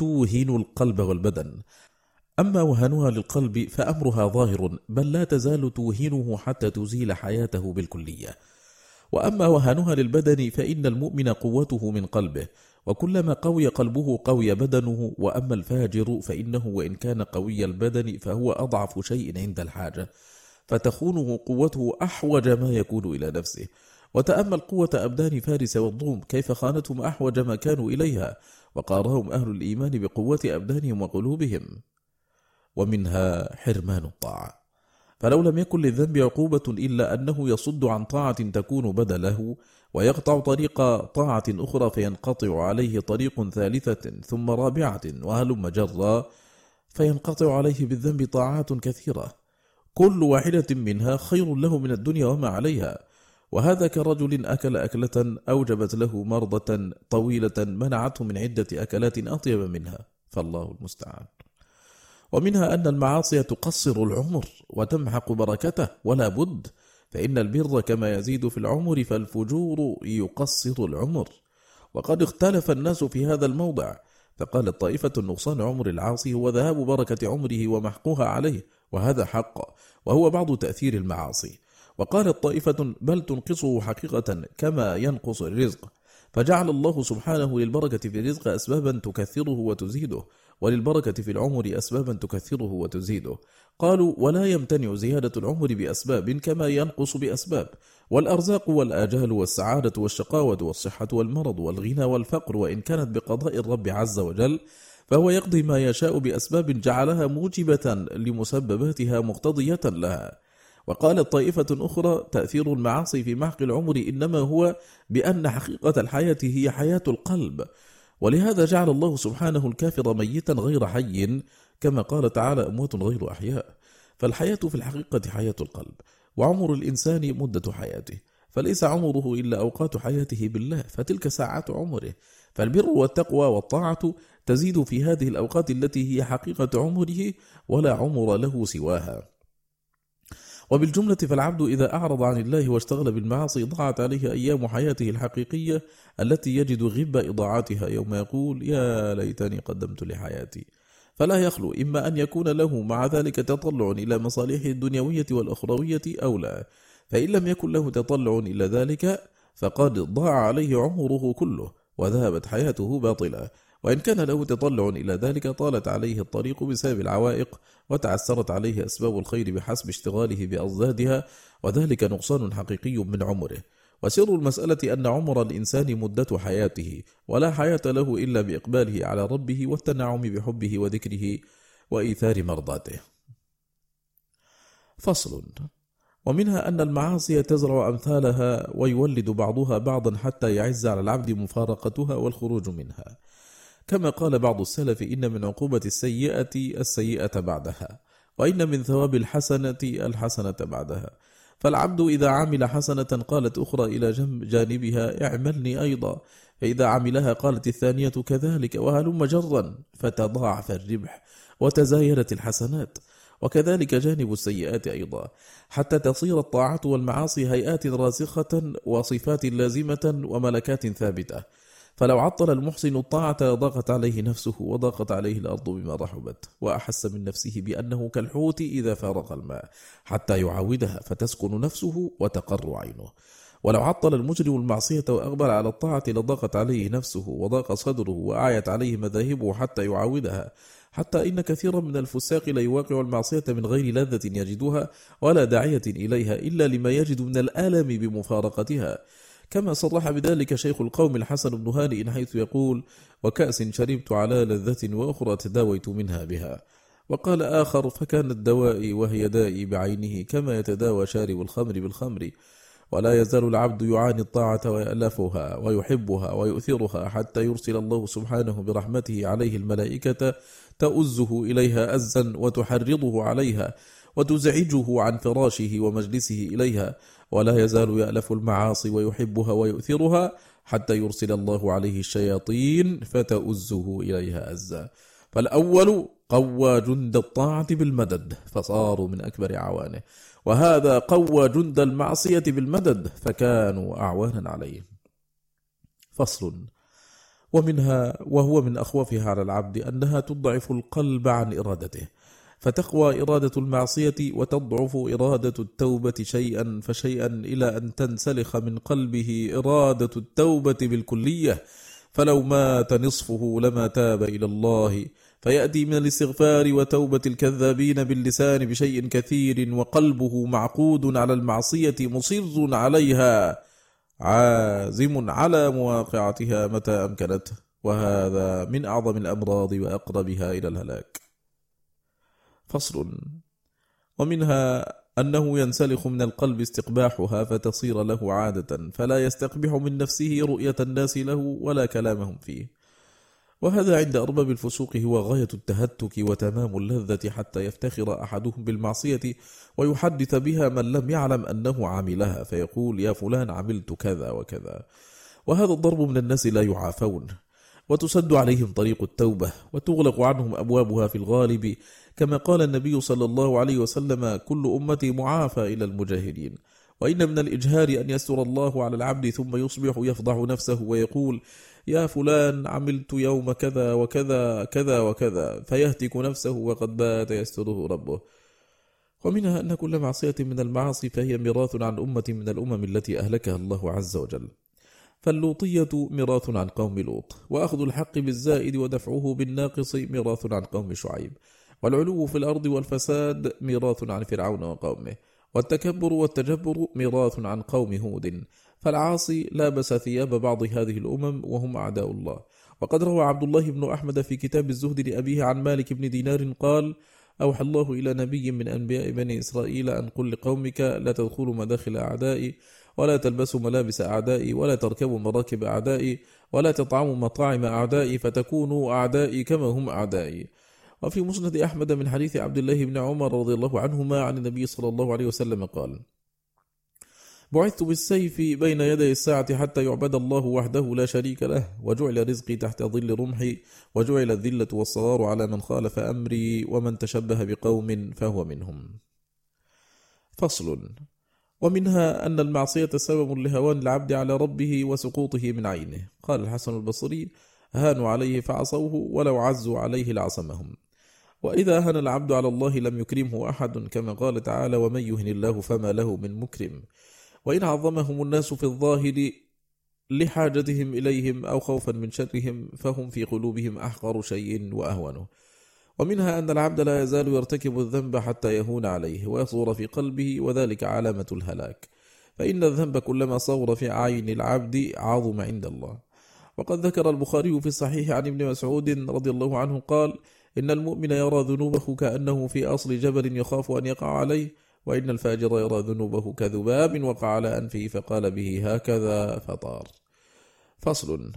توهن القلب والبدن. أما وهنها للقلب فأمرها ظاهر، بل لا تزال توهنه حتى تزيل حياته بالكلية. وأما وهنها للبدن فإن المؤمن قوته من قلبه، وكلما قوي قلبه قوي بدنه. وأما الفاجر فإنه وإن كان قوي البدن فهو أضعف شيء عند الحاجة، فتخونه قوته أحوج ما يكون إلى نفسه. وتأمل قوة أبدان فارس والروم كيف خانتهم أحوج ما كانوا إليها، وقارهم أهل الإيمان بقوة أبدانهم وقلوبهم. ومنها حرمان الطاعة، فلو لم يكن للذنب عقوبة إلا أنه يصد عن طاعة تكون بدله، ويقطع طريق طاعة أخرى فينقطع عليه طريق ثالثة ثم رابعة وهلم جرا، فينقطع عليه بالذنب طاعات كثيرة كل واحدة منها خير له من الدنيا وما عليها. وهذا كرجل أكل أكلة أوجبت له مرضة طويلة منعته من عدة أكلات أطيب منها، فالله المستعان. ومنها أن المعاصي تقصر العمر وتمحق بركته ولا بد، فإن البر كما يزيد في العمر فالفجور يقصر العمر. وقد اختلف الناس في هذا الموضع، فقالت طائفة نقصان عمر العاصي هو ذهاب بركة عمره ومحقها عليه، وهذا حق، وهو بعض تأثير المعاصي. وقالت طائفة بل تنقصه حقيقة كما ينقص الرزق، فجعل الله سبحانه للبركة في الرزق أسبابا تكثره وتزيده، وللبركة في العمر أسبابا تكثره وتزيده. قالوا ولا يمتنع زيادة العمر بأسباب كما ينقص بأسباب، والأرزاق والآجال والسعادة والشقاوة والصحة والمرض والغنى والفقر وإن كانت بقضاء الرب عز وجل، فهو يقضي ما يشاء بأسباب جعلها موجبة لمسبباتها مقتضية لها. وقالت طائفة أخرى تأثير المعاصي في محق العمر إنما هو بأن حقيقة الحياة هي حياة القلب، ولهذا جعل الله سبحانه الكافر ميتا غير حي، كما قال تعالى أموات غير أحياء. فالحياة في الحقيقة حياة القلب، وعمر الإنسان مدة حياته، فليس عمره إلا أوقات حياته بالله، فتلك ساعات عمره. فالبر والتقوى والطاعة تزيد في هذه الأوقات التي هي حقيقة عمره، ولا عمر له سواها. وبالجملة فالعبد إذا أعرض عن الله واشتغل بالمعاصي ضاعت عليه أيام حياته الحقيقية التي يجد غب إضاعتها يوم يقول يا ليتني قدمت لحياتي. فلا يخلو إما أن يكون له مع ذلك تطلع إلى مصالحه الدنيوية والأخروية أو لا، فإن لم يكن له تطلع إلى ذلك فقد ضاع عليه عمره كله وذهبت حياته باطلا، وإن كان له تطلع إلى ذلك طالت عليه الطريق بسبب العوائق وتعسرت عليه أسباب الخير بحسب اشتغاله بأضدادها، وذلك نقصان حقيقي من عمره. وسر المسألة أن عمر الإنسان مدة حياته، ولا حياة له إلا بإقباله على ربه والتنعم بحبه وذكره وإيثار مرضاته. فصل. ومنها أن المعاصي تزرع أمثالها ويولد بعضها بعضا حتى يعز على العبد مفارقتها والخروج منها، كما قال بعض السلف إن من عقوبة السيئة السيئة بعدها، وإن من ثواب الحسنة الحسنة بعدها. فالعبد إذا عمل حسنة قالت أخرى إلى جانبها اعملني أيضا، فإذا عملها قالت الثانية كذلك، وهلم جرا، فتضاعف الربح وتزايدت الحسنات. وكذلك جانب السيئات أيضا، حتى تصير الطاعات والمعاصي هيئات راسخة وصفات لازمة وملكات ثابتة. فلو عطل المحسن الطاعة ضاقت عليه نفسه وضاقت عليه الأرض بما رحبت، وأحس من نفسه بأنه كالحوت إذا فارق الماء حتى يعودها فتسكن نفسه وتقر عينه. ولو عطل المجرم المعصية وأقبل على الطاعة لضاقت عليه نفسه وضاق صدره وأعيت عليه مذاهبه حتى يعودها، حتى إن كثيرا من الفساق لا يواقع المعصية من غير لذة يجدها ولا داعية إليها إلا لما يجد من الآلم بمفارقتها، كما صرح بذلك شيخ القوم الحسن بن هانئ حيث يقول وكأس شربت على لذة وأخرى تداويت منها بها. وقال آخر فكانت دوائي وهي دائي بعينه كما يتداوى شارب الخمر بالخمر. ولا يزال العبد يعاني الطاعة ويألفها ويحبها ويؤثرها حتى يرسل الله سبحانه برحمته عليه الملائكة تؤزه إليها أزا وتحرضه عليها وتزعجه عن فراشه ومجلسه إليها. ولا يزال يألف المعاصي ويحبها ويؤثرها حتى يرسل الله عليه الشياطين فتؤزه إليها أزا. فالأول قوى جند الطاعة بالمدد فصاروا من أكبر أعوانه، وهذا قوى جند المعصية بالمدد فكانوا أعوانا عليه. فصل. ومنها وهو من أخوفها على العبد أنها تضعف القلب عن إرادته، فتقوى إرادة المعصية وتضعف إرادة التوبة شيئا فشيئا إلى أن تنسلخ من قلبه إرادة التوبة بالكلية، فلو مات نصفه لما تاب إلى الله، فيأتي من الاستغفار وتوبة الكذابين باللسان بشيء كثير وقلبه معقود على المعصية مصر عليها عازم على مواقعتها متى أمكنته، وهذا من أعظم الأمراض وأقربها إلى الهلاك. فصل. ومنها أنه ينسلخ من القلب استقباحها فتصير له عادة، فلا يستقبح من نفسه رؤية الناس له ولا كلامهم فيه، وهذا عند أرباب الفسوق هو غاية التهتك وتمام اللذة، حتى يفتخر أحدهم بالمعصية ويحدث بها من لم يعلم أنه عملها، فيقول يا فلان عملت كذا وكذا، وهذا الضرب من الناس لا يعافون، وتسد عليهم طريق التوبة وتغلق عنهم أبوابها في الغالب، كما قال النبي صلى الله عليه وسلم كل أمتي معافى إلى المجاهدين. وإن من الإجهار أن يستر الله على العبد ثم يصبح يفضح نفسه ويقول يا فلان عملت يوم كذا وكذا كذا وكذا، فيهتك نفسه وقد بات يستره ربه. ومنها أن كل معصية من المعاصي فهي ميراث عن أمة من الأمم التي أهلكها الله عز وجل، فاللوطية ميراث عن قوم لوط، وأخذ الحق بالزائد ودفعه بالناقص ميراث عن قوم شعيب، والعلو في الأرض والفساد ميراث عن فرعون وقومه، والتكبر والتجبر ميراث عن قوم هود، فالعاصي لابس ثياب بعض هذه الأمم وهم أعداء الله. وقد روى عبد الله بن أحمد في كتاب الزهد لأبيه عن مالك بن دينار قال أوحى الله إلى نبي من أنبياء بني إسرائيل أن قل لقومك لا تدخلوا مداخل أعدائي، ولا تلبسوا ملابس أعدائي، ولا تركبوا مراكب أعدائي، ولا تطعموا مطاعم أعدائي فتكونوا أعدائي كما هم أعدائي. وفي مسند أحمد من حديث عبد الله بن عمر رضي الله عنهما عن النبي صلى الله عليه وسلم قال بعثت بالسيف بين يدي الساعة حتى يعبد الله وحده لا شريك له، وجعل رزقي تحت ظل رمحي، وجعل الذلة والصغار على من خالف أمري، ومن تشبه بقوم فهو منهم. فصل. ومنها أن المعصية سبب لهوان العبد على ربه وسقوطه من عينه. قال الحسن البصري هانوا عليه فعصوه ولو عزوا عليه لعصمهم. وإذا هان العبد على الله لم يكرمه أحد، كما قال تعالى ومن يهن الله فما له من مكرم. وإن عظمهم الناس في الظاهر لحاجتهم إليهم أو خوفا من شرهم، فهم في قلوبهم أحقر شيء وأهونه. ومنها أن العبد لا يزال يرتكب الذنب حتى يهون عليه ويصغر في قلبه، وذلك علامة الهلاك، فإن الذنب كلما صغر في عين العبد عظم عند الله. وقد ذكر البخاري في الصحيح عن ابن مسعود رضي الله عنه قال إن المؤمن يرى ذنوبه كأنه في أصل جبل يخاف أن يقع عليه، وإن الفاجر يرى ذنوبه كذباب وقع على أنفه فقال به هكذا فطار. فصل.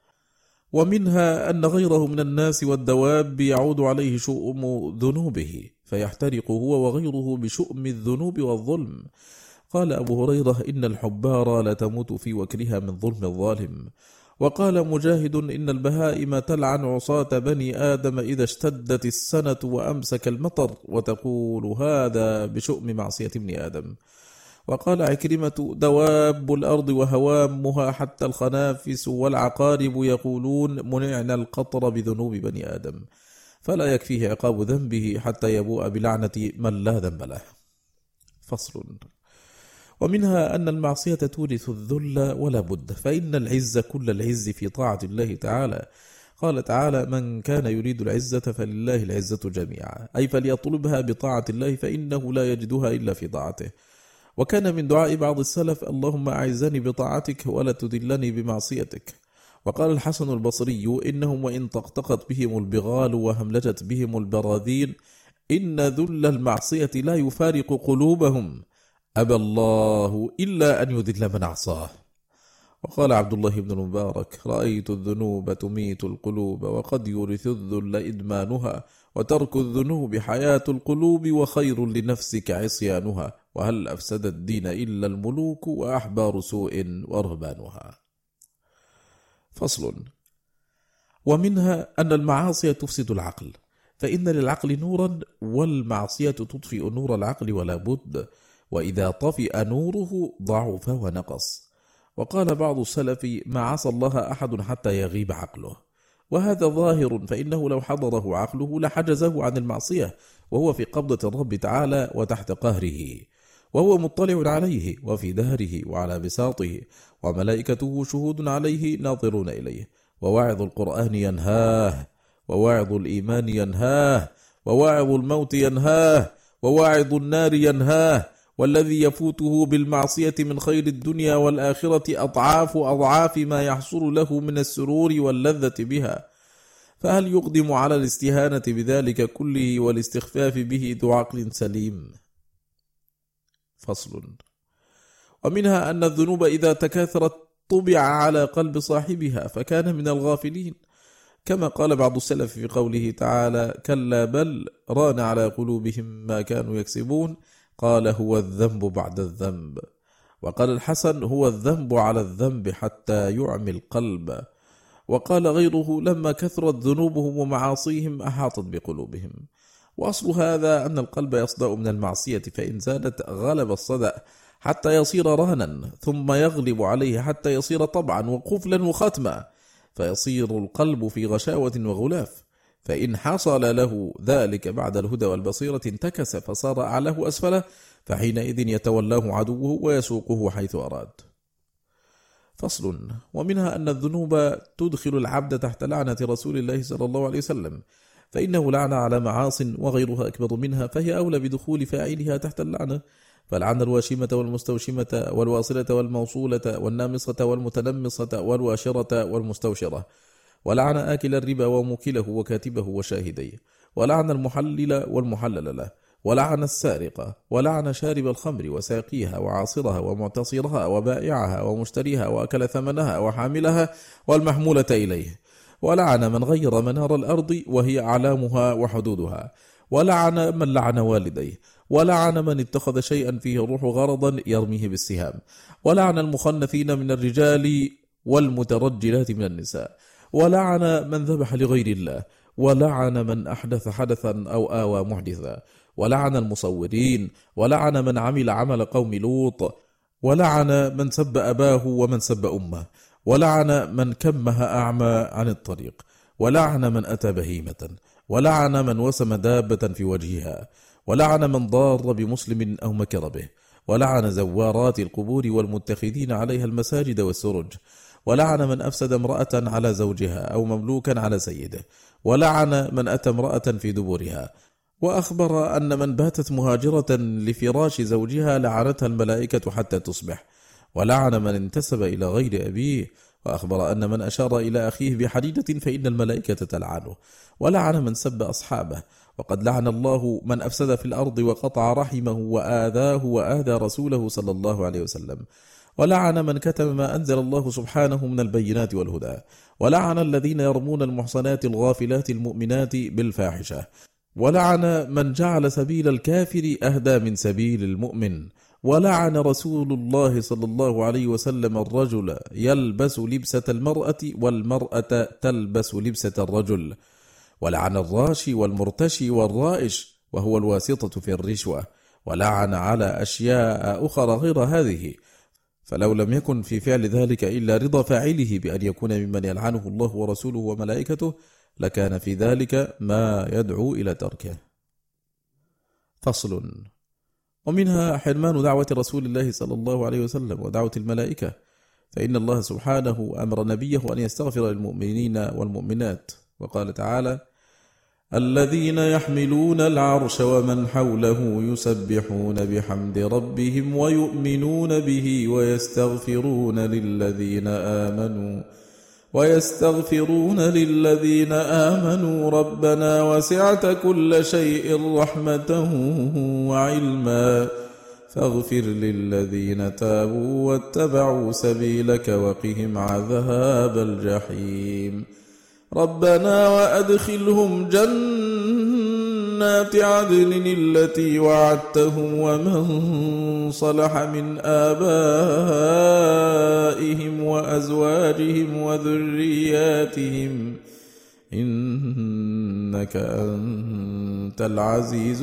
ومنها أن غيره من الناس والدواب يعود عليه شؤم ذنوبه فيحترق هو وغيره بشؤم الذنوب والظلم. قال أبو هريرة إن الحبار لا تموت في وكرها من ظلم الظالم. وقال مجاهد إن البهائم تلعن عصاة بني آدم إذا اشتدت السنة وأمسك المطر، وتقول هذا بشؤم معصية ابن آدم. وقال عكرمة دواب الأرض وهوامها حتى الخنافس والعقارب يقولون منعنا القطر بذنوب بني آدم، فلا يكفيه عقاب ذنبه حتى يبوء بلعنة من لا ذنب له. فصل. ومنها أن المعصية تورث الذل ولا بد، فإن العز كل العز في طاعة الله تعالى. قال تعالى من كان يريد العزة فلله العزة جميعا، أي فليطلبها بطاعة الله فإنه لا يجدها إلا في طاعته. وكان من دعاء بعض السلف اللهم أعزني بطاعتك ولا تذلني بمعصيتك. وقال الحسن البصري إنهم وإن طقطقت بهم البغال وهملجت بهم البراذين إن ذل المعصية لا يفارق قلوبهم، أبى الله إلا أن يذل من عصاه. وقال عبد الله بن المبارك رأيت الذنوب تميت القلوب، وقد يورث الذل إدمانها، وترك الذنوب حياة القلوب، وخير لنفسك عصيانها، وهل أفسد الدين إلا الملوك وأحبار سوء ورهبانها. فصل. ومنها أن المعاصي تفسد العقل، فإن للعقل نورا والمعصية تطفئ نور العقل ولا بد، وإذا طفئ نوره ضعف ونقص. وقال بعض السلف: ما عصى الله أحد حتى يغيب عقله، وهذا ظاهر، فإنه لو حضره عقله لحجزه عن المعصية، وهو في قبضة الرب تعالى وتحت قهره، وهو مطلع عليه وفي دهره وعلى بساطه، وملائكته شهود عليه ناظرون إليه، وواعظ القرآن ينهاه، وواعظ الإيمان ينهاه، وواعظ الموت ينهاه، وواعظ النار ينهاه، والذي يفوته بالمعصية من خير الدنيا والآخرة أضعاف أضعاف ما يحصل له من السرور واللذة بها، فهل يقدم على الاستهانة بذلك كله والاستخفاف به ذو عقل سليم؟ فصل. ومنها أن الذنوب إذا تكاثرت طبع على قلب صاحبها فكان من الغافلين، كما قال بعض السلف في قوله تعالى: كلا بل ران على قلوبهم ما كانوا يكسبون، قال: هو الذنب بعد الذنب. وقال الحسن: هو الذنب على الذنب حتى يعمي القلب. وقال غيره: لما كثرت ذنوبهم ومعاصيهم أحاطت بقلوبهم. وأصل هذا أن القلب يصدأ من المعصية، فإن زادت غلب الصدأ حتى يصير رهنا، ثم يغلب عليه حتى يصير طبعا وقفلا وختما، فيصير القلب في غشاوة وغلاف. فإن حصل له ذلك بعد الهدى والبصيرة انتكس فصار أعلاه أسفله، فحينئذ يتولاه عدوه ويسوقه حيث أراد. فصل. ومنها أن الذنوب تدخل العبد تحت لعنة رسول الله صلى الله عليه وسلم، فإنه لعن على معاص وغيرها أكبر منها، فهي أولى بدخول فاعلها تحت اللعنة، فلعن الواشمة والمستوشمة والواصلة والموصولة والنامصة والمتنمصة والواشرة والمستوشرة، ولعن آكل الربا وموكله وكاتبه وشاهديه، ولعن المحلل والمحلل له، ولعن السارقة، ولعن شارب الخمر وساقيها وعاصرها ومعتصرها وبائعها ومشتريها وأكل ثمنها وحاملها والمحمولة إليه، ولعن من غير منار الأرض وهي أعلامها وحدودها، ولعن من لعن والديه، ولعن من اتخذ شيئا فيه الروح غرضا يرميه بالسهام، ولعن المخنثين من الرجال والمترجلات من النساء، ولعن من ذبح لغير الله، ولعن من أحدث حدثا أو آوى محدثا، ولعن المصورين، ولعن من عمل عمل قوم لوط، ولعن من سب أباه ومن سب أمه، ولعن من كمه أعمى عن الطريق، ولعن من أتى بهيمة، ولعن من وسم دابة في وجهها، ولعن من ضار بمسلم أو مكر به، ولعن زوارات القبور والمتخذين عليها المساجد والسرج، ولعن من أفسد امرأة على زوجها أو مملوكا على سيده، ولعن من أتى امرأة في دبرها. وأخبر أن من باتت مهاجرة لفراش زوجها لعنتها الملائكة حتى تصبح، ولعن من انتسب إلى غير أبيه، وأخبر أن من أشار إلى أخيه بحديدة فإن الملائكة تلعنه، ولعن من سب أصحابه، وقد لعن الله من أفسد في الأرض وقطع رحمه وآذاه وآذى رسوله صلى الله عليه وسلم، ولعن من كتم ما أنزل الله سبحانه من البينات والهدى، ولعن الذين يرمون المحصنات الغافلات المؤمنات بالفاحشة، ولعن من جعل سبيل الكافر أهدى من سبيل المؤمن، ولعن رسول الله صلى الله عليه وسلم الرجل يلبس لبسة المرأة والمرأة تلبس لبسة الرجل، ولعن الراشي والمرتشي والرائش وهو الواسطة في الرشوة، ولعن على أشياء أخرى غير هذه، فلو لم يكن في فعل ذلك إلا رضا فاعله بأن يكون ممن يلعنه الله ورسوله وملائكته لكان في ذلك ما يدعو إلى تركه. فصل. ومنها حرمان دعوة رسول الله صلى الله عليه وسلم ودعوة الملائكة، فإن الله سبحانه أمر نبيه أن يستغفر للمؤمنين والمؤمنات، وقال تعالى: الذين يحملون العرش ومن حوله يسبحون بحمد ربهم ويؤمنون به ويستغفرون للذين آمنوا ربنا وسعت كل شيء رحمة وعلما فاغفر للذين تابوا واتبعوا سبيلك وقهم عذاب الجحيم ربنا وأدخلهم جنات عدن التي وعدتهم ومن صلح من آبائهم وأزواجهم وذرياتهم إنك أنت العزيز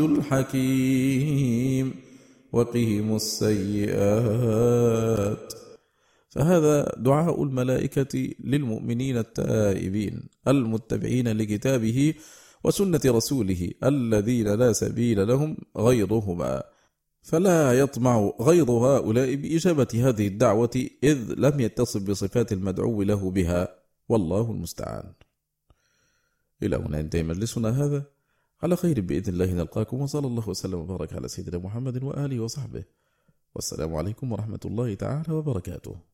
الحكيم وقهم السيئات. فهذا دعاء الملائكة للمؤمنين التائبين المتبعين لكتابه وسنة رسوله الذين لا سبيل لهم غيرهما، فلا يطمع غير هؤلاء بإجابة هذه الدعوة إذ لم يتصف بصفات المدعو له بها، والله المستعان. إلى هنا ينتهي مجلسنا هذا، على خير بإذن الله نلقاكم، وصلى الله وسلم وبارك على سيدنا محمد وآله وصحبه، والسلام عليكم ورحمة الله تعالى وبركاته.